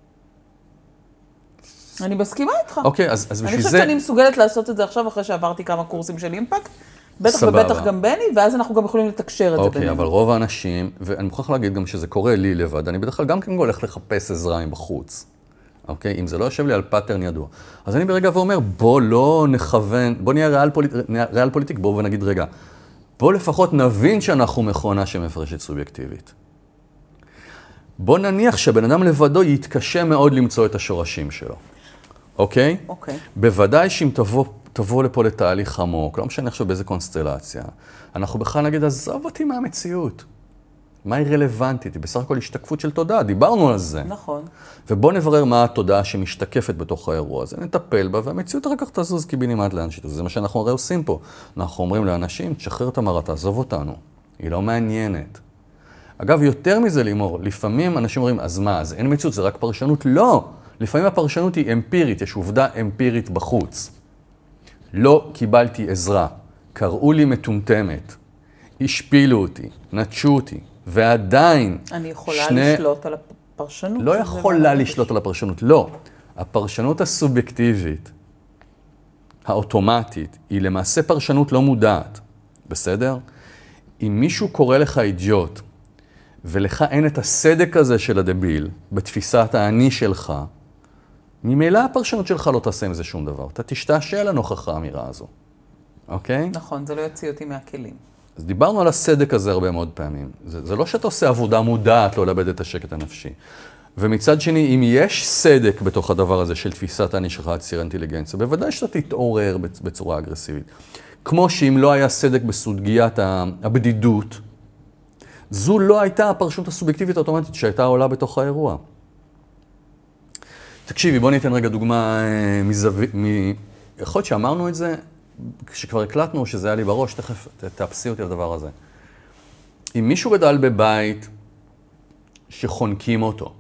[SPEAKER 3] אני מסכימה איתך.
[SPEAKER 2] אוקיי, אז בשביל זה...
[SPEAKER 3] אני חושבת שאני מסוגלת לעשות את זה עכשיו, אחרי שעברתי כמה קורסים של אימפקט, בטח ובטח גם בני, ואז אנחנו גם יכולים לתקשר את זה בינינו.
[SPEAKER 2] אוקיי, אבל רוב האנשים, ואני מוכרח להגיד גם שזה קורה לי לבד, אני בדרך כלל גם כן הולך לחפש עזרה בחוץ. אוקיי? אם זה לא יושב לי על פאטרן ידוע. אז אני ברגע ואומר, בוא לא נכוון, בוא נהיה ריאל פוליטיק, בוא ונגיד רגע, בוא לפחות נבין שאנחנו מכונה שמפרשת סובייקטיבית. בוא נניח שבן אדם לבדו יתקשה מאוד למצוא את השורשים שלו. אוקיי?
[SPEAKER 3] אוקיי.
[SPEAKER 2] בוודאי שאם תבוא לפה לתהליך עמוק, לא משנה עכשיו באיזה קונסטלציה, אנחנו בכלל נגיד, עזוב אותי מהמציאות. מה היא רלוונטית? היא בסך הכל השתקפות של תודעה, דיברנו על זה.
[SPEAKER 3] נכון.
[SPEAKER 2] ובוא נברר מה התודעה שמשתקפת בתוך האירוע הזה, נטפל בה, והמציאות רק כך תזוז קיבינימט לאן שתזוז. זה מה שאנחנו הרי עושים פה. אנחנו אומרים לאנשים, תשחרר את המראה, תעזוב אותנו. היא לא מעניינת. אגב, יותר מזה לימור, לפעמים אנשים אומרים, אז מה, אז אין מציאות, זה רק פרשנות? לא. לפעמים הפרשנות היא אמפירית, יש עובדה אמפירית בחוץ. לא קיבלתי עזרה, קראו לי מטומטמת, השפילו אותי, נטשו אותי, ועדיין...
[SPEAKER 3] אני יכולה לשלוט על הפרשנות?
[SPEAKER 2] לא יכולה לשלוט על הפרשנות, לא. הפרשנות הסובייקטיבית האוטומטית היא למעשה פרשנות לא מודעת, בסדר? אם מישהו קורא לך אידיוט, ולך אין את הסדק הזה של הדביל, בתפיסת האני שלך, ממילא הפרשנות שלך לא תעשה עם זה שום דבר. אתה תשתעשע לנוכח האמירה הזו, אוקיי?
[SPEAKER 3] נכון, זה לא יוציא אותי מהכלים.
[SPEAKER 2] אז דיברנו על הסדק הזה הרבה מאוד פעמים. זה לא שאתה עושה עבודה מודעת לא לאבד את השקט הנפשי. ומצד שני, אם יש סדק בתוך הדבר הזה של תפיסת האני שלך, ציר אינטליגנציה, בוודאי שאתה תתעורר בצורה אגרסיבית. כמו שאם לא היה סדק בסוגיית הבדידות, זו לא הייתה הפרשנות הסובייקטיבית האוטומטית שהייתה עולה בתוך האירוע. תקשיבי, בוא ניתן רגע דוגמה יכול להיות שאמרנו את זה, כשכבר הקלטנו שזה היה לי בראש, תכף תאפסי אותי לדבר הזה. אם מישהו גדל בבית שחונקים אותו,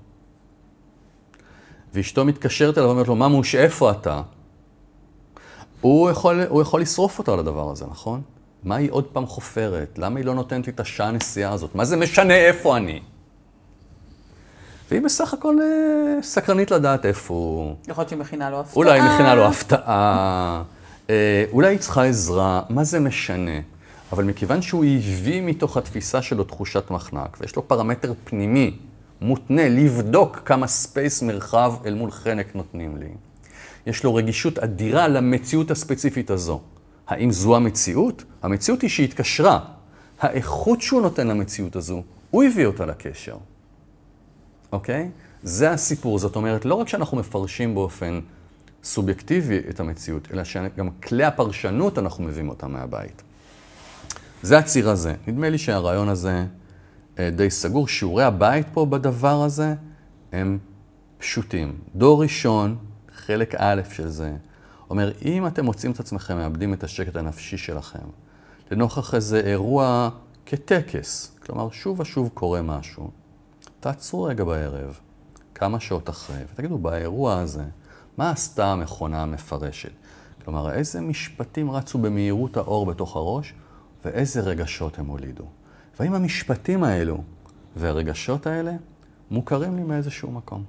[SPEAKER 2] ואשתו מתקשרת אליו ואומרת לו, ממוש, איפה אתה? הוא יכול לשרוף אותה על הדבר הזה, נכון? מה היא עוד פעם חופרת? למה היא לא נותנת לי את השעה הנסיעה הזאת? מה זה משנה איפה אני? והיא בסך הכל סקרנית לדעת איפה הוא.
[SPEAKER 3] יכול להיות שהיא מכינה לו הפתעה.
[SPEAKER 2] אולי היא מכינה לו הפתעה, אולי היא צריכה עזרה, מה זה משנה? אבל מכיוון שהוא הביא מתוך התפיסה שלו תחושת מחנק, ויש לו פרמטר פנימי, מותנה, לבדוק כמה ספייס מרחב אל מול חנק נותנים לי. יש לו רגישות אדירה למציאות הספציפית הזו. האם זו המציאות? המציאות היא שהתקשרה. האיכות שהוא נותן למציאות הזו, הוא הביא אותה לקשר. אוקיי? זה הסיפור. זאת אומרת, לא רק שאנחנו מפרשים באופן סובייקטיבי את המציאות, אלא שגם כלי הפרשנות אנחנו מביאים אותה מהבית. זה הציר הזה. נדמה לי שהרעיון הזה די סגור. שיעורי הבית פה בדבר הזה הם פשוטים. דור ראשון, חלק א' של זה, אומר, אם אתם מוצאים את עצמכם, מאבדים את השקט הנפשי שלכם, לנוכח איזה אירוע כטקס, כלומר, שוב ושוב קורה משהו, תעצרו רגע בערב, כמה שעות אחרי, ותגידו, באירוע הזה, מה עשתה המכונה המפרשת? כלומר, איזה משפטים רצו במהירות האור בתוך הראש, ואיזה רגשות הם הולידו. והאם המשפטים האלו והרגשות האלה מוכרים לי מאיזשהו מקום?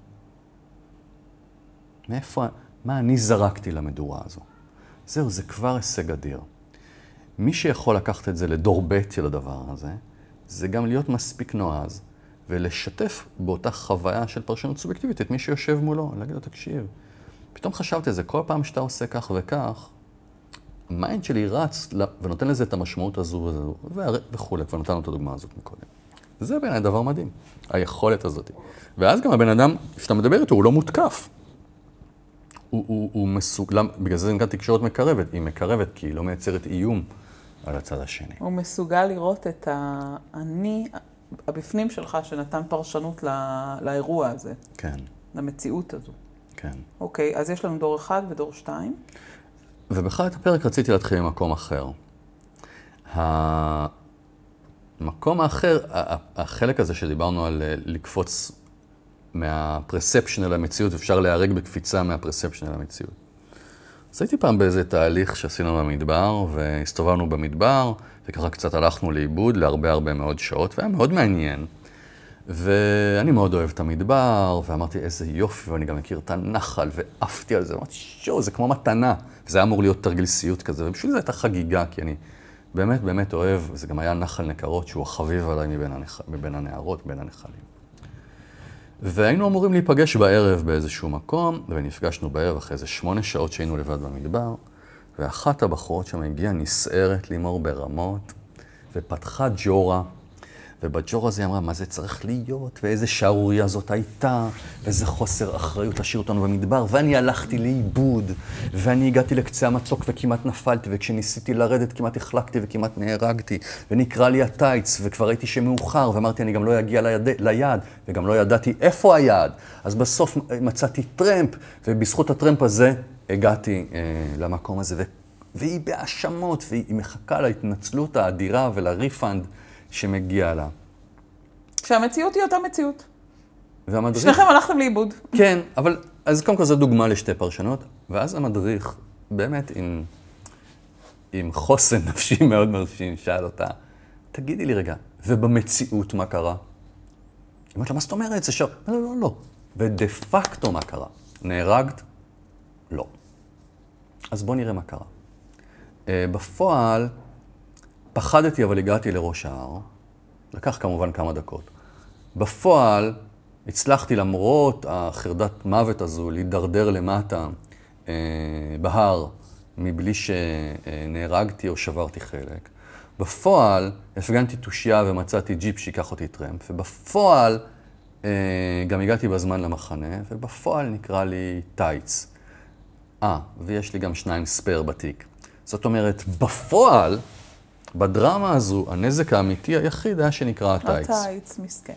[SPEAKER 2] מאיפה, מה אני זרקתי למדורה הזו? זהו, זה כבר הישג אדיר. מי שיכול לקחת את זה לדור ב' של הדבר הזה, זה גם להיות מספיק נועז, ולשתף באותה חוויה של פרשנות סובייקטיבית את מי שיושב מולו. להגיד לו, תקשיב, פתאום חשבתי על זה, כל פעם שאתה עושה כך וכך, המיינד שלי רץ ונותן לזה את המשמעות הזו וכו', כבר נתנו את הדוגמה הזאת מקודם. זה בעיניי דבר מדהים, היכולת הזאת. ואז גם הבן אדם, כשאתה מדבר איתו, הוא לא מותקף. הוא מסוג, בגלל זה נקרא תקשורת מקרבת. היא מקרבת כי היא לא מייצרת איום על הצד השני.
[SPEAKER 3] הוא מסוגל לראות את האני הבפנים שלך שנתן פרשנות לאירוע הזה.
[SPEAKER 2] כן.
[SPEAKER 3] למציאות הזו.
[SPEAKER 2] כן.
[SPEAKER 3] אוקיי, אז יש לנו דור 1 ודור 2.
[SPEAKER 2] ובכלל את הפרק רציתי להתחיל ממקום אחר. המקום האחר, החלק הזה שדיברנו על לקפוץ מהפרספשן אל המציאות, אפשר להיהרג בקפיצה מהפרספשן אל המציאות. אז הייתי פעם באיזה תהליך שעשינו במדבר, והסתובבנו במדבר, וככה קצת הלכנו לאיבוד להרבה מאוד שעות, והיה מאוד מעניין. ואני מאוד אוהב את המדבר, ואמרתי איזה יופי, ואני גם מכיר את הנחל, ועפתי על זה, אמרתי שואו, זה כמו מתנה. וזה היה אמור להיות תרגיל סיוט כזה, ובשביל זה הייתה חגיגה, כי אני באמת אוהב, וזה גם היה נחל נקרות, שהוא החביב עליי מבין הנערות, בין הנחלים. והיינו אמורים להיפגש בערב באיזשהו מקום, ונפגשנו בערב אחרי איזה 8 שעות שהיינו לבד במדבר, ואחת הבחורות שם הגיעה נסערת לימור ברמות, ופתחה ג'ורה, ובג'ורה הזה היא אמרה, מה זה צריך להיות, ואיזה שערוריה זאת הייתה, ואיזה חוסר אחריות להשאיר אותנו במדבר, ואני הלכתי לאיבוד, ואני הגעתי לקצה המצוק וכמעט נפלתי, וכשניסיתי לרדת כמעט החלקתי וכמעט נהרגתי, ונקרא לי הטייץ, וכבר ראיתי שמאוחר, ואמרתי, אני גם לא אגיע ליעד, וגם לא ידעתי איפה היעד. אז בסוף מצאתי טרמפ, ובזכות הטרמפ הזה הגעתי למקום הזה, והיא בהאשמות, והיא מחכה להתנצלות האדירה ולריפנד שמגיע לה.
[SPEAKER 3] כשהמציאות היא אותה מציאות.
[SPEAKER 2] והמדריך...
[SPEAKER 3] שניכם הלכתם לאיבוד.
[SPEAKER 2] כן, אבל אז קודם כל זו דוגמה לשתי פרשנות, ואז המדריך, באמת עם חוסן נפשי מאוד מרשים, שאל אותה, תגידי לי רגע, ובמציאות מה קרה? היא אומרת לה, מה זאת אומרת? זה לא. ודה פקטו מה קרה? נהרגת? לא. אז בואו נראה מה קרה. בפועל, פחדתי אבל הגעתי לראש ההר. לקח כמובן כמה דקות. בפועל, הצלחתי למרות החרדת מוות הזו להידרדר למטה בהר, מבלי שנהרגתי או שברתי חלק. בפועל, הפגנתי תושייה ומצאתי ג'יפ שיקח אותי טרמפ, ובפועל גם הגעתי בזמן למחנה, ובפועל נקרא לי טייץ. ויש לי גם 2 ספייר בתיק. זאת אומרת, בפועל, בדרמה הזו, הנזק האמיתי היחיד היה שנקרא הטייץ.
[SPEAKER 3] הטייץ, מסכן.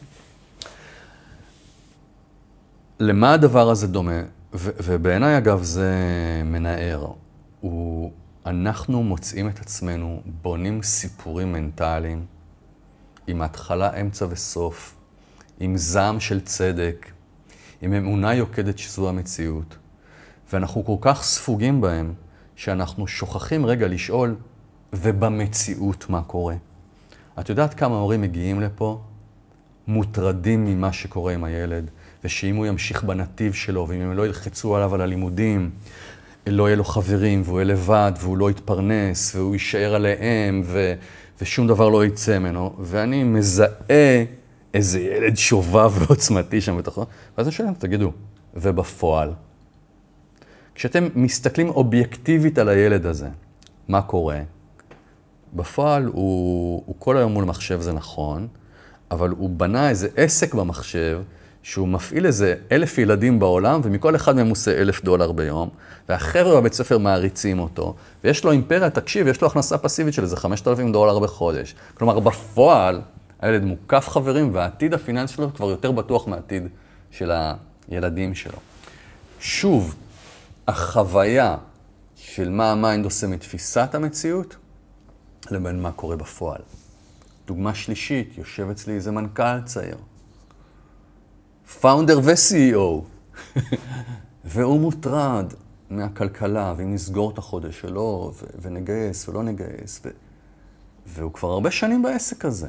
[SPEAKER 2] למה הדבר הזה דומה? ובעיניי, אגב, זה מנער. אנחנו מוצאים את עצמנו, בונים סיפורים מנטליים, עם התחלה, אמצע וסוף, עם זעם של צדק, עם אמונה יוקדת שזו המציאות, ואנחנו כל כך ספוגים בהם, שאנחנו שוכחים רגע לשאול, ובמציאות מה קורה. את יודעת כמה הורים מגיעים לפה, מוטרדים ממה שקורה עם הילד, ושאם הוא ימשיך בנתיב שלו, ואם הם לא ילחצו עליו על הלימודים, לא יהיה לו חברים, והוא יהיה לבד, והוא לא יתפרנס, והוא יישאר עליהם, ושום דבר לא יצא ממנו. ואני מזהה איזה ילד שובב ועוצמתי שם בתוכו, ואז אני שואל, תגידו, ובפועל? כשאתם מסתכלים אובייקטיבית על הילד הזה, מה קורה? בפועל הוא כל היום מול מחשב, זה נכון, אבל הוא בנה איזה עסק במחשב, שהוא מפעיל איזה 1,000 ילדים בעולם, ומכל אחד מהם עושה $1,000 ביום, והחבר'ה בבית ספר מעריצים אותו, ויש לו אימפריה, תקשיב, יש לו הכנסה פסיבית של איזה $5,000 בחודש. כלומר, בפועל, הילד מוקף חברים, והעתיד הפיננסי שלו כבר יותר בטוח מהעתיד של הילדים שלו. שוב, החוויה של מה המיינד עושה מתפיסת המציאות, לבין מה קורה בפועל. דוגמה שלישית, יושב אצלי איזה מנכ"ל צעיר. פאונדר ו-CEO, והוא מוטרד מהכלכלה, ואם נסגור את החודש שלו, ונגייס ולא נגייס, והוא כבר הרבה שנים בעסק הזה.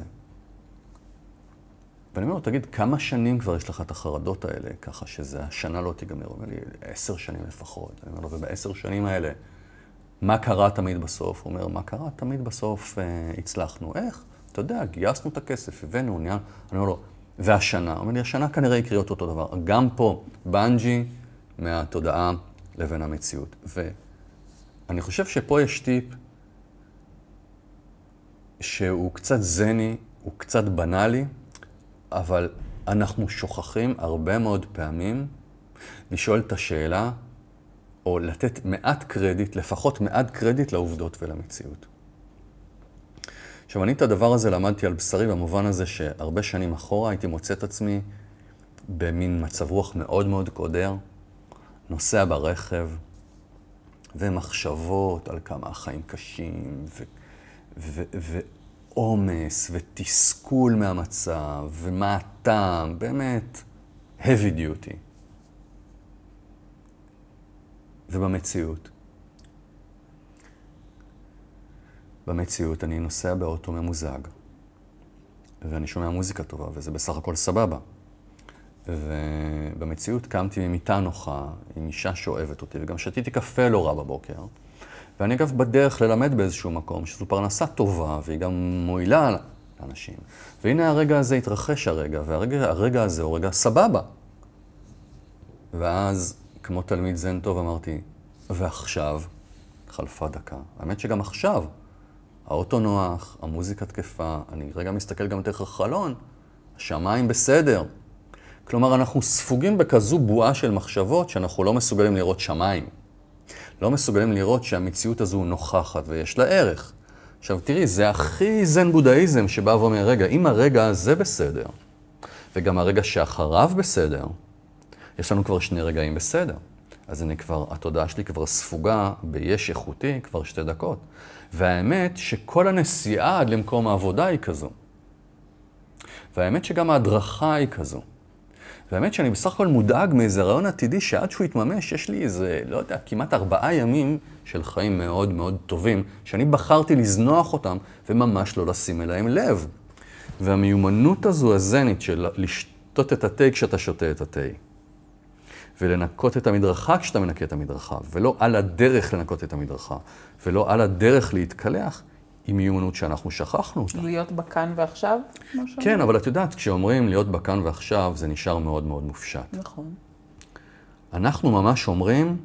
[SPEAKER 2] ואני אומר לו, תגיד, כמה שנים כבר יש לך את החרדות האלה, ככה שזה השנה לא תיגמר? הוא אומר לי, 10 שנים לפחות. אני אומר לו, וב10 שנים האלה, מה קרה תמיד בסוף? הוא אומר, מה קרה תמיד בסוף הצלחנו? איך? אתה יודע, גייסנו את הכסף, הבאנו, אני אומר לו, והשנה, הוא אומר לי, השנה כנראה יקרה אותו דבר. גם פה, בנג'י מהתודעה לבין המציאות. ואני חושב שפה יש טיפ שהוא קצת זני, הוא קצת בנאלי, אבל אנחנו שוכחים הרבה מאוד פעמים לשאול את השאלה, או לתת מעט קרדיט, לפחות מעט קרדיט לעובדות ולמציאות. עכשיו, אני את הדבר הזה למדתי על בשרי, במובן הזה שהרבה שנים אחורה הייתי מוצא את עצמי במין מצב רוח מאוד מאוד קודר, נוסע ברכב, ומחשבות על כמה החיים קשים, ועומס, ותסכול מהמצב, ומה הטעם, באמת, heavy duty. ובמציאות. במציאות אני נוסע באוטו ממוזג, ואני שומע מוזיקה טובה, וזה בסך הכל סבבה. ובמציאות קמתי ממיטה נוחה, עם אישה שאוהבת אותי, וגם שתיתי קפה לא רע בבוקר. ואני אגב בדרך ללמד באיזשהו מקום, שזו פרנסה טובה, והיא גם מועילה לאנשים. והנה הרגע הזה התרחש והרגע הזה הוא רגע סבבה. ואז, כמו תלמיד זן טוב, אמרתי, ועכשיו, חלפה דקה. האמת שגם עכשיו, האוטו נוח, המוזיקה תקפה, אני רגע מסתכל גם דרך החלון, השמיים בסדר. כלומר, אנחנו ספוגים בכזו בועה של מחשבות שאנחנו לא מסוגלים לראות שמיים. לא מסוגלים לראות שהמציאות הזו נוכחת ויש לה ערך. עכשיו תראי, זה הכי זן בודהיזם שבא ואומר, רגע, אם הרגע הזה בסדר, וגם הרגע שאחריו בסדר, יש לנו כבר 2 רגעים בסדר. אז התודעה שלי כבר ספוגה ביש איכותי כבר 2 דקות. והאמת שכל הנסיעה עד למקום העבודה היא כזו. והאמת שגם ההדרכה היא כזו. והאמת שאני בסך הכל מודאג מאיזה רעיון עתידי שעד שהוא יתממש, יש לי איזה, לא יודע, כמעט 4 ימים של חיים מאוד מאוד טובים, שאני בחרתי לזנוח אותם וממש לא לשים אליהם לב. והמיומנות הזו הזנית של לשתות את התה כשאתה שותה את התה. ולנקות את המדרכה כשאתה מנקה את המדרכה, ולא על הדרך לנקות את המדרכה, ולא על הדרך להתקלח, היא מיומנות שאנחנו שכחנו אותה.
[SPEAKER 3] להיות בכאן ועכשיו?
[SPEAKER 2] כן, אבל את יודעת, כשאומרים להיות בכאן ועכשיו, זה נשאר מאוד מאוד מופשט.
[SPEAKER 3] נכון.
[SPEAKER 2] אנחנו ממש אומרים,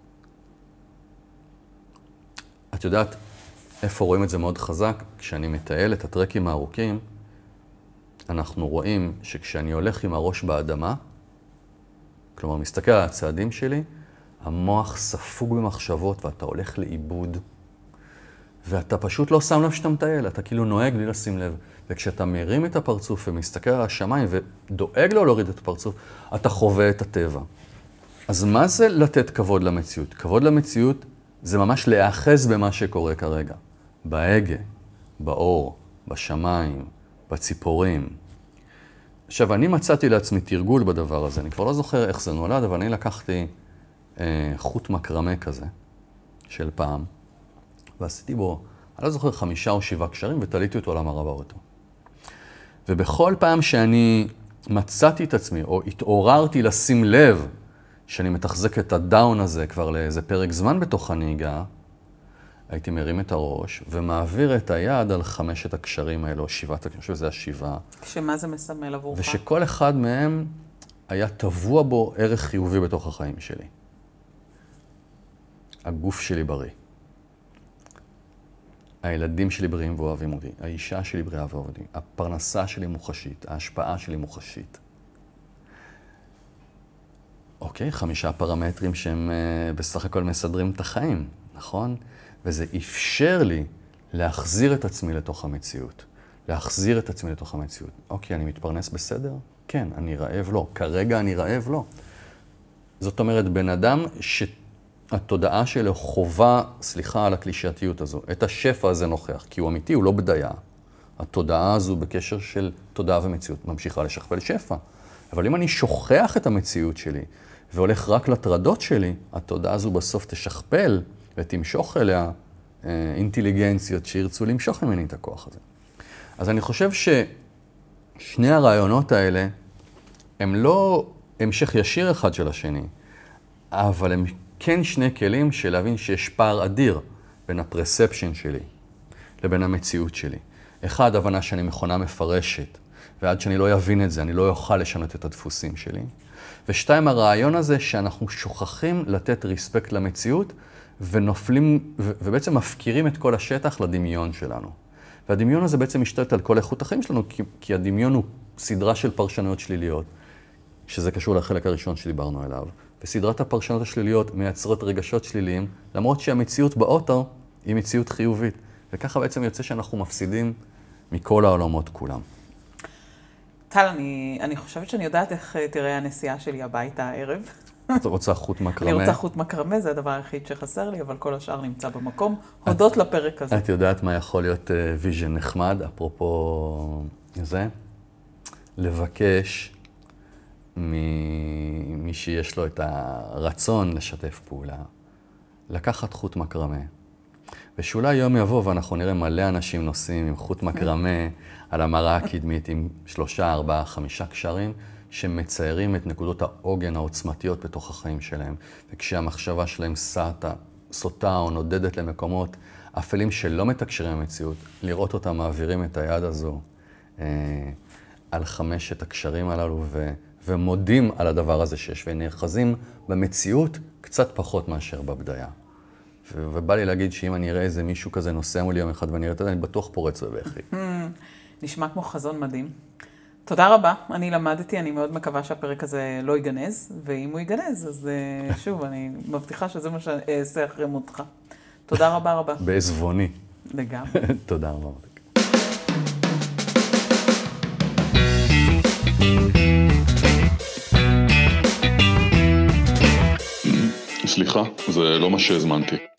[SPEAKER 2] את יודעת איפה רואים את זה מאוד חזק? כשאני מטייל את הטרקים הארוכים, אנחנו רואים שכשאני הולך עם הראש באדמה, כלומר, מסתכל על הצעדים שלי, המוח ספוג במחשבות ואתה הולך לאיבוד, ואתה פשוט לא שם לב שאתה מטייל, אתה כאילו נוהג בלי לשים לב. וכשאתה מרים את הפרצוף ומסתכל על השמיים ודואג לו להוריד את הפרצוף, אתה חווה את הטבע. אז מה זה לתת כבוד למציאות? כבוד למציאות זה ממש להאחז במה שקורה כרגע. בהגה, באור, בשמיים, בציפורים. עכשיו, אני מצאתי לעצמי תרגול בדבר הזה. אני כבר לא זוכר איך זה נולד, אבל אני לקחתי חוט מקרמה כזה, של פעם, ועשיתי בו, אני לא זוכר 5 או 7 קשרים, ותליתי אותו על המראה אותו. ובכל פעם שאני מצאתי את עצמי, או התעוררתי לשים לב שאני מתחזק את הדאון הזה כבר לאיזה פרק זמן בתוך הנהיגה, הייתי מרים את הראש ומעביר את היד על 5 הקשרים האלו, או 7, אני חושב שזה 7.
[SPEAKER 3] שמה זה מסמל עבורך?
[SPEAKER 2] ושכל אחד מהם היה טבוע בו ערך חיובי בתוך החיים שלי. הגוף שלי בריא. הילדים שלי בריאים ואוהבים אותי. האישה שלי בריאה ואוהבת אותי. הפרנסה שלי מוחשית. ההשפעה שלי מוחשית. אוקיי, 5 פרמטרים שהם בסך הכל מסדרים את החיים, נכון? וזה אפשר לי להחזיר את עצמי לתוך המציאות. להחזיר את עצמי לתוך המציאות. אוקיי, אני מתפרנס בסדר? כן, אני רעב לא. כרגע אני רעב לא. זאת אומרת, בן אדם שהתודעה שלו חובה, סליחה על הקלישאתיות הזו, את השפע הזה נוכח, כי הוא אמיתי, הוא לא בדיה. התודעה הזו בקשר של תודעה ומציאות ממשיכה לשכפל שפע. אבל אם אני שוכח את המציאות שלי והולך רק לטרדות שלי, התודעה הזו בסוף תשכפל ותמשוך אליה אינטליגנציות שירצו למשוך ממני את הכוח הזה. אז אני חושב ששני הרעיונות האלה הם לא המשך ישיר אחד של השני, אבל הם כן שני כלים של להבין שיש פער אדיר בין הפרספשן שלי לבין המציאות שלי. אחד, הבנה שאני מכונה מפרשת, ועד שאני לא אבין את זה, אני לא אוכל לשנות את הדפוסים שלי. ושתיים, הרעיון הזה שאנחנו שוכחים לתת ריספקט למציאות, ונופלים, ובעצם מפקירים את כל השטח לדמיון שלנו. והדמיון הזה בעצם משתלט על כל איכות החיים שלנו, כי הדמיון הוא סדרה של פרשנויות שליליות, שזה קשור לחלק הראשון שדיברנו עליו. וסדרת הפרשנויות השליליות מייצרות רגשות שליליים, למרות שהמציאות באוטו היא מציאות חיובית. וככה בעצם יוצא שאנחנו מפסידים מכל העולמות כולם.
[SPEAKER 3] טל, אני חושבת שאני יודעת איך תראה הנסיעה שלי הביתה הערב.
[SPEAKER 2] את רוצה חוט מקרמה?
[SPEAKER 3] אני רוצה חוט מקרמה, זה הדבר היחיד שחסר לי, אבל כל השאר נמצא במקום. הודות לפרק הזה.
[SPEAKER 2] את יודעת מה יכול להיות ויז'ן נחמד, אפרופו זה? לבקש ממי שיש לו את הרצון לשתף פעולה, לקחת חוט מקרמה. ושאולי יום יבוא ואנחנו נראה מלא אנשים נוסעים עם חוט מקרמה על המראה הקדמית עם 3, 4, 5 קשרים שמציירים את נקודות העוגן העוצמתיות בתוך החיים שלהם. וכשהמחשבה שלהם סוטה או נודדת למקומות אפלים שלא מתקשרים במציאות, לראות אותם מעבירים את היד הזו על 5 הקשרים הללו ומודים על הדבר הזה שיש ונאחזים במציאות קצת פחות מאשר בבדיה. ובא לי להגיד שאם אני אראה איזה מישהו כזה נוסע מולי יום אחד ואני אראה את זה, אני בטוח פורץ בבכי.
[SPEAKER 3] נשמע כמו חזון מדהים. תודה רבה, אני למדתי, אני מאוד מקווה שהפרק הזה לא ייגנז, ואם הוא ייגנז, אז שוב, אני מבטיחה שזה מה שאעשה אחרי מותך. תודה רבה רבה.
[SPEAKER 2] בעזבוני.
[SPEAKER 3] לגמרי.
[SPEAKER 2] תודה רבה.
[SPEAKER 1] סליחה, זה לא מה שהזמנתי.